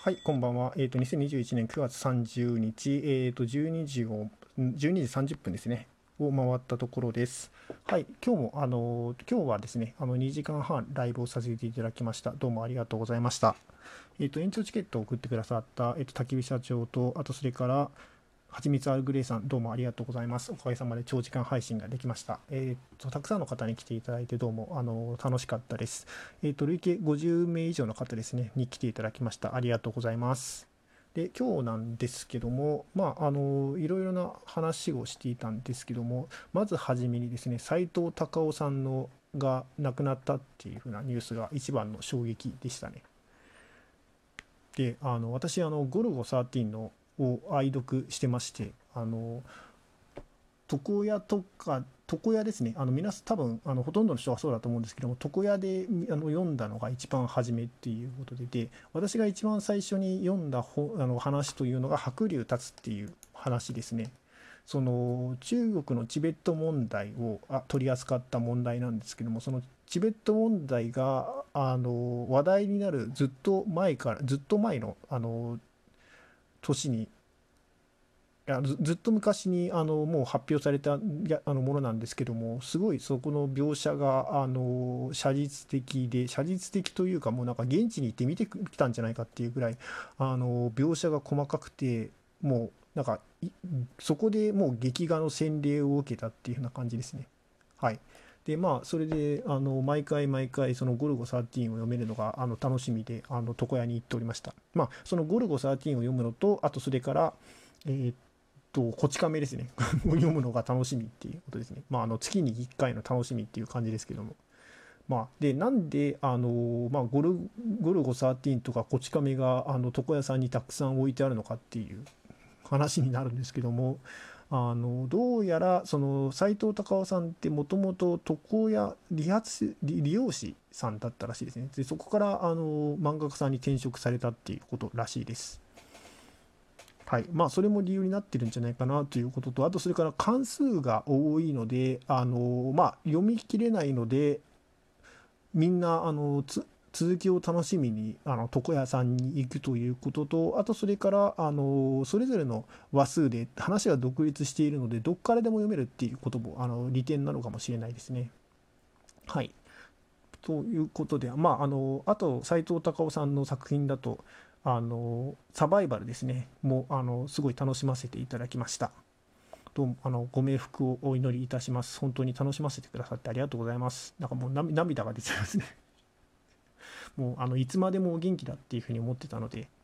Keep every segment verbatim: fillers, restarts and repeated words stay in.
はい、こんばんは。えっと、にせんにじゅういちねんくがつさんじゅうにち、えっと、じゅうにじを、じゅうにじさんじゅっぷんですね、を回ったところです。はい、今日も、あの、今日はですね、あの、にじかんはんライブをさせていただきました。どうもありがとうございました。えっと、延長チケットを送ってくださった、えっと、焚き火社長と、あと、それから、はちみつアールグレイさん、どうもありがとうございます。おかげさまで長時間配信ができました。えっと、たくさんの方に来ていただいて、どうも、あの、楽しかったです。えっと、累計ごじゅうめい以上の方ですね、に来ていただきました。ありがとうございます。で、今日なんですけども、まあ、あの、いろいろな話をしていたんですけども、まずはじめにですね、斎藤隆夫さんのが亡くなったっていう風なニュースが一番の衝撃でしたね。で、あの、私、あの、ゴルゴじゅうさんのを愛読してまして、あの、床屋とか、床屋ですね、あの皆さん、多分あのほとんどの人はそうだと思うんですけども、床屋であの読んだのが一番初めっていうことで、で私が一番最初に読んだ本あの話というのが白龍立つっていう話ですね。その中国のチベット問題をあ取り扱った問題なんですけども、そのチベット問題があの話題になるずっと前からずっと前のあの年にいやずずっと昔にあのもう発表されたいやあのものなんですけども、すごいそこの描写があの写実的で、写実的というか、もうなんか現地に行って見てきたんじゃないかっていうぐらいあの描写が細かくて、もうなんかいそこでもう劇画の洗礼を受けたっていうような感じですね。はい。でまあそれであの毎回毎回そのゴルゴじゅうさんを読めるのがあの楽しみで、あの床屋に行っておりました。まあそのゴルゴじゅうさんを読むのと、あとそれからえーと、こち亀ですねを読むのが楽しみっていうことですね。まあ、あの月にいっかいの楽しみっていう感じですけども。まあ、で、なんで、あの、まあ、ゴルゴルゴじゅうさんとかこち亀が、あの、床屋さんにたくさん置いてあるのかっていう話になるんですけども、あの、どうやら、その、斎藤隆夫さんってもともと床屋理髪師、理理容師さんだったらしいですね。で、そこから、あの、漫画家さんに転職されたっていうことらしいです。はい、まあそれも理由になってるんじゃないかなということと、あとそれから関数が多いので、あのまあ、読み切れないので、みんなあのつ続きを楽しみにあの床屋さんに行くということと、あとそれからあのそれぞれの話数で話が独立しているので、どっからでも読めるっていうこともあの利点なのかもしれないですね。はい。ということで、まあ、あのあと斎藤隆夫さんの作品だと、あのサバイバルですね、もうあのすごい楽しませていただきました。どうもあのご冥福をお祈りいたします。本当に楽しませてくださってありがとうございます。なんかもう涙が出ちゃいますね。もうあのいつまでもお元気だっていうふうに思ってたので、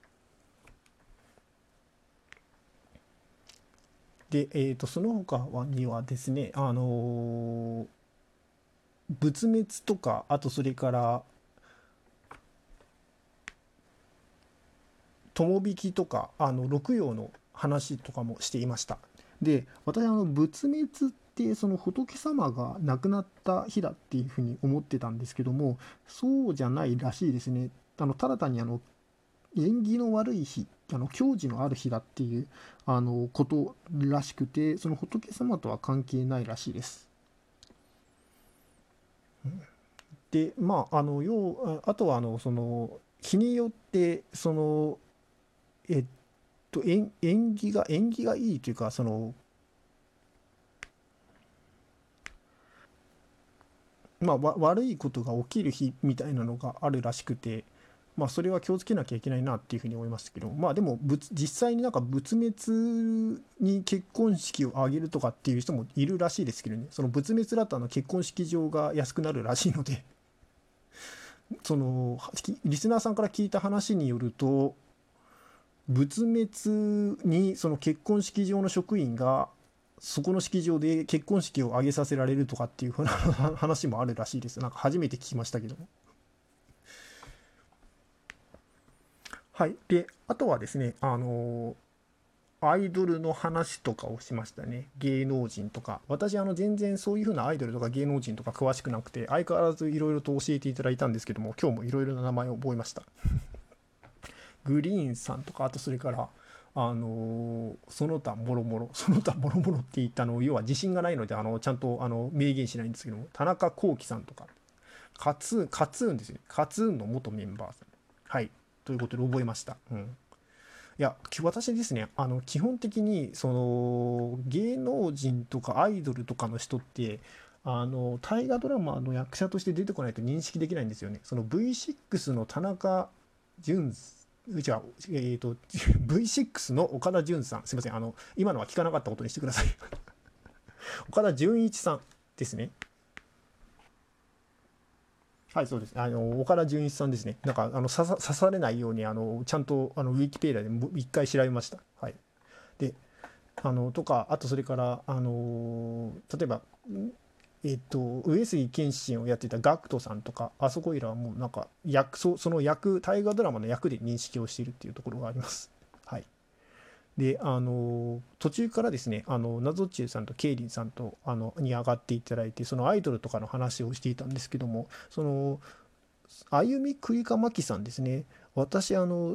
で、えー、とその他にはですね、あのー仏滅とか、あとそれから友引きとか、あの六曜の話とかもしていました。で、私、あの仏滅ってその仏様が亡くなった日だっていうふうに思ってたんですけども、そうじゃないらしいですね。あのただ単にあの縁起の悪い日、あの矜持のある日だっていうあのことらしくて、その仏様とは関係ないらしいです。で、まあ、あの要ああとはあのその日によってそのえっと縁縁起が縁起がいいというか、そのまあ、わ悪いことが起きる日みたいなのがあるらしくて、まあ、それは気をつけなきゃいけないなっていうふうに思いますけど、まあでも仏実際になんか仏滅に結婚式を挙げるとかっていう人もいるらしいですけどね、その仏滅だとあの結婚式場が安くなるらしいので、そのリスナーさんから聞いた話によると、仏滅にその結婚式場の職員がそこの式場で結婚式を挙げさせられるとかっていう話もあるらしいです。なんか初めて聞きましたけども。はい。で、あとはですね、あのアイドルの話とかをしましたね。芸能人とか。私、あの、全然そういう風なアイドルとか芸能人とか詳しくなくて、相変わらずいろいろと教えていただいたんですけども、今日もいろいろな名前を覚えました。グリーンさんとか、あとそれから、あのその他もろもろ、その他もろもろって言ったの、要は自信がないので、あの、ちゃんと、あの、明言しないんですけども、田中聖さんとか、カツーン、カツーンですね。カツーンの元メンバーさん。はい。 ということで覚えました。うん。いや、私ですね、あの、基本的に、その、芸能人とかアイドルとかの人って、あの、大河ドラマの役者として出てこないと認識できないんですよね。その ブイシックス の田中淳、違う、えっと、ブイシックス の岡田准さん、すみません、あの、今のは聞かなかったことにしてください。岡田准一さんですね。はい、そうです。あの、岡田准一さんですね。なんか、あの、刺さ、刺されないように、あの、ちゃんと、あの、ウィキペディアでも一回調べました。はい。で、あの、とか、あと、それから、あの、例えば、えっと、上杉謙信をやっていたガクトさんとか、あそこいらはもう、なんか、役、そ、その役、大河ドラマの役で認識をしているっていうところがあります。はい。で、あの、途中からですね、あの、謎中さんとケイリンさんと、あの、に上がっていただいて、そのアイドルとかの話をしていたんですけども、その、あゆみくりかまきさんですね。私、あの、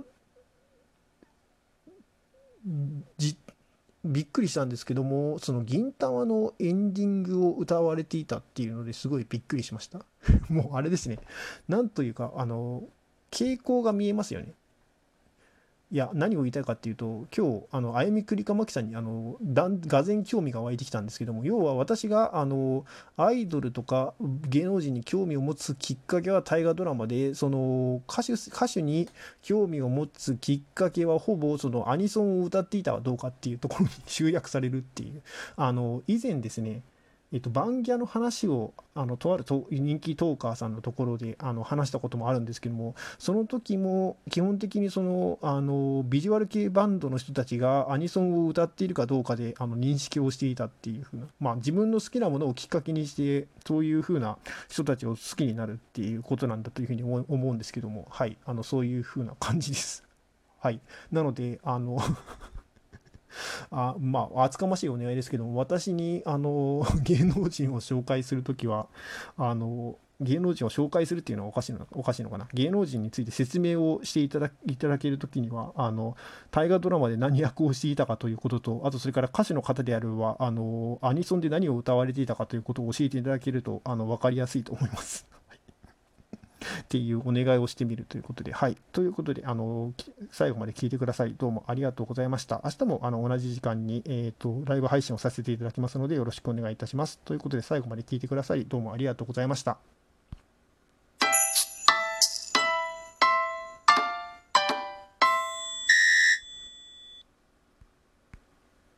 じ、びっくりしたんですけども、その銀魂のエンディングを歌われていたっていうのですごいびっくりしました。もうあれですね。なんというか、あの、傾向が見えますよね。いや、何を言いたいかっていうと、今日、あの、あゆみくりかまきさんに、あの、だん、がぜん興味が湧いてきたんですけども、要は私が、あの、アイドルとか芸能人に興味を持つきっかけは大河ドラマで、その、歌手、歌手に興味を持つきっかけは、ほぼ、その、アニソンを歌っていたかどうかっていうところに集約されるっていう、あの、以前ですね、えっと、バンギャの話を、あの、とあると人気トーカーさんのところで、あの、話したこともあるんですけども、その時も基本的にその、あの、ビジュアル系バンドの人たちがアニソンを歌っているかどうかで、あの、認識をしていたっていう風な、まあ、自分の好きなものをきっかけにして、そういう風な人たちを好きになるっていうことなんだというふうに思思うんですけども、はい、あの、そういう風な感じです。はい。なので、あのあ、まあ、厚かましいお願いですけども、私に、あの、芸能人を紹介するときは、あの、芸能人を紹介するっていうのはおかしいのおかしいのかな。芸能人について説明をしていただいただけるときには、あの、大河ドラマで何役をしていたかということと、あとそれから歌手の方であるは、あの、アニソンで何を歌われていたかということを教えていただけると、あの、わかりやすいと思います。っていうお願いをしてみるということで、はい。ということで、あの、最後まで聞いてください。どうもありがとうございました。明日もあの同じ時間に、えっと、ライブ配信をさせていただきますので、よろしくお願いいたします。ということで、最後まで聞いてください。どうもありがとうございました。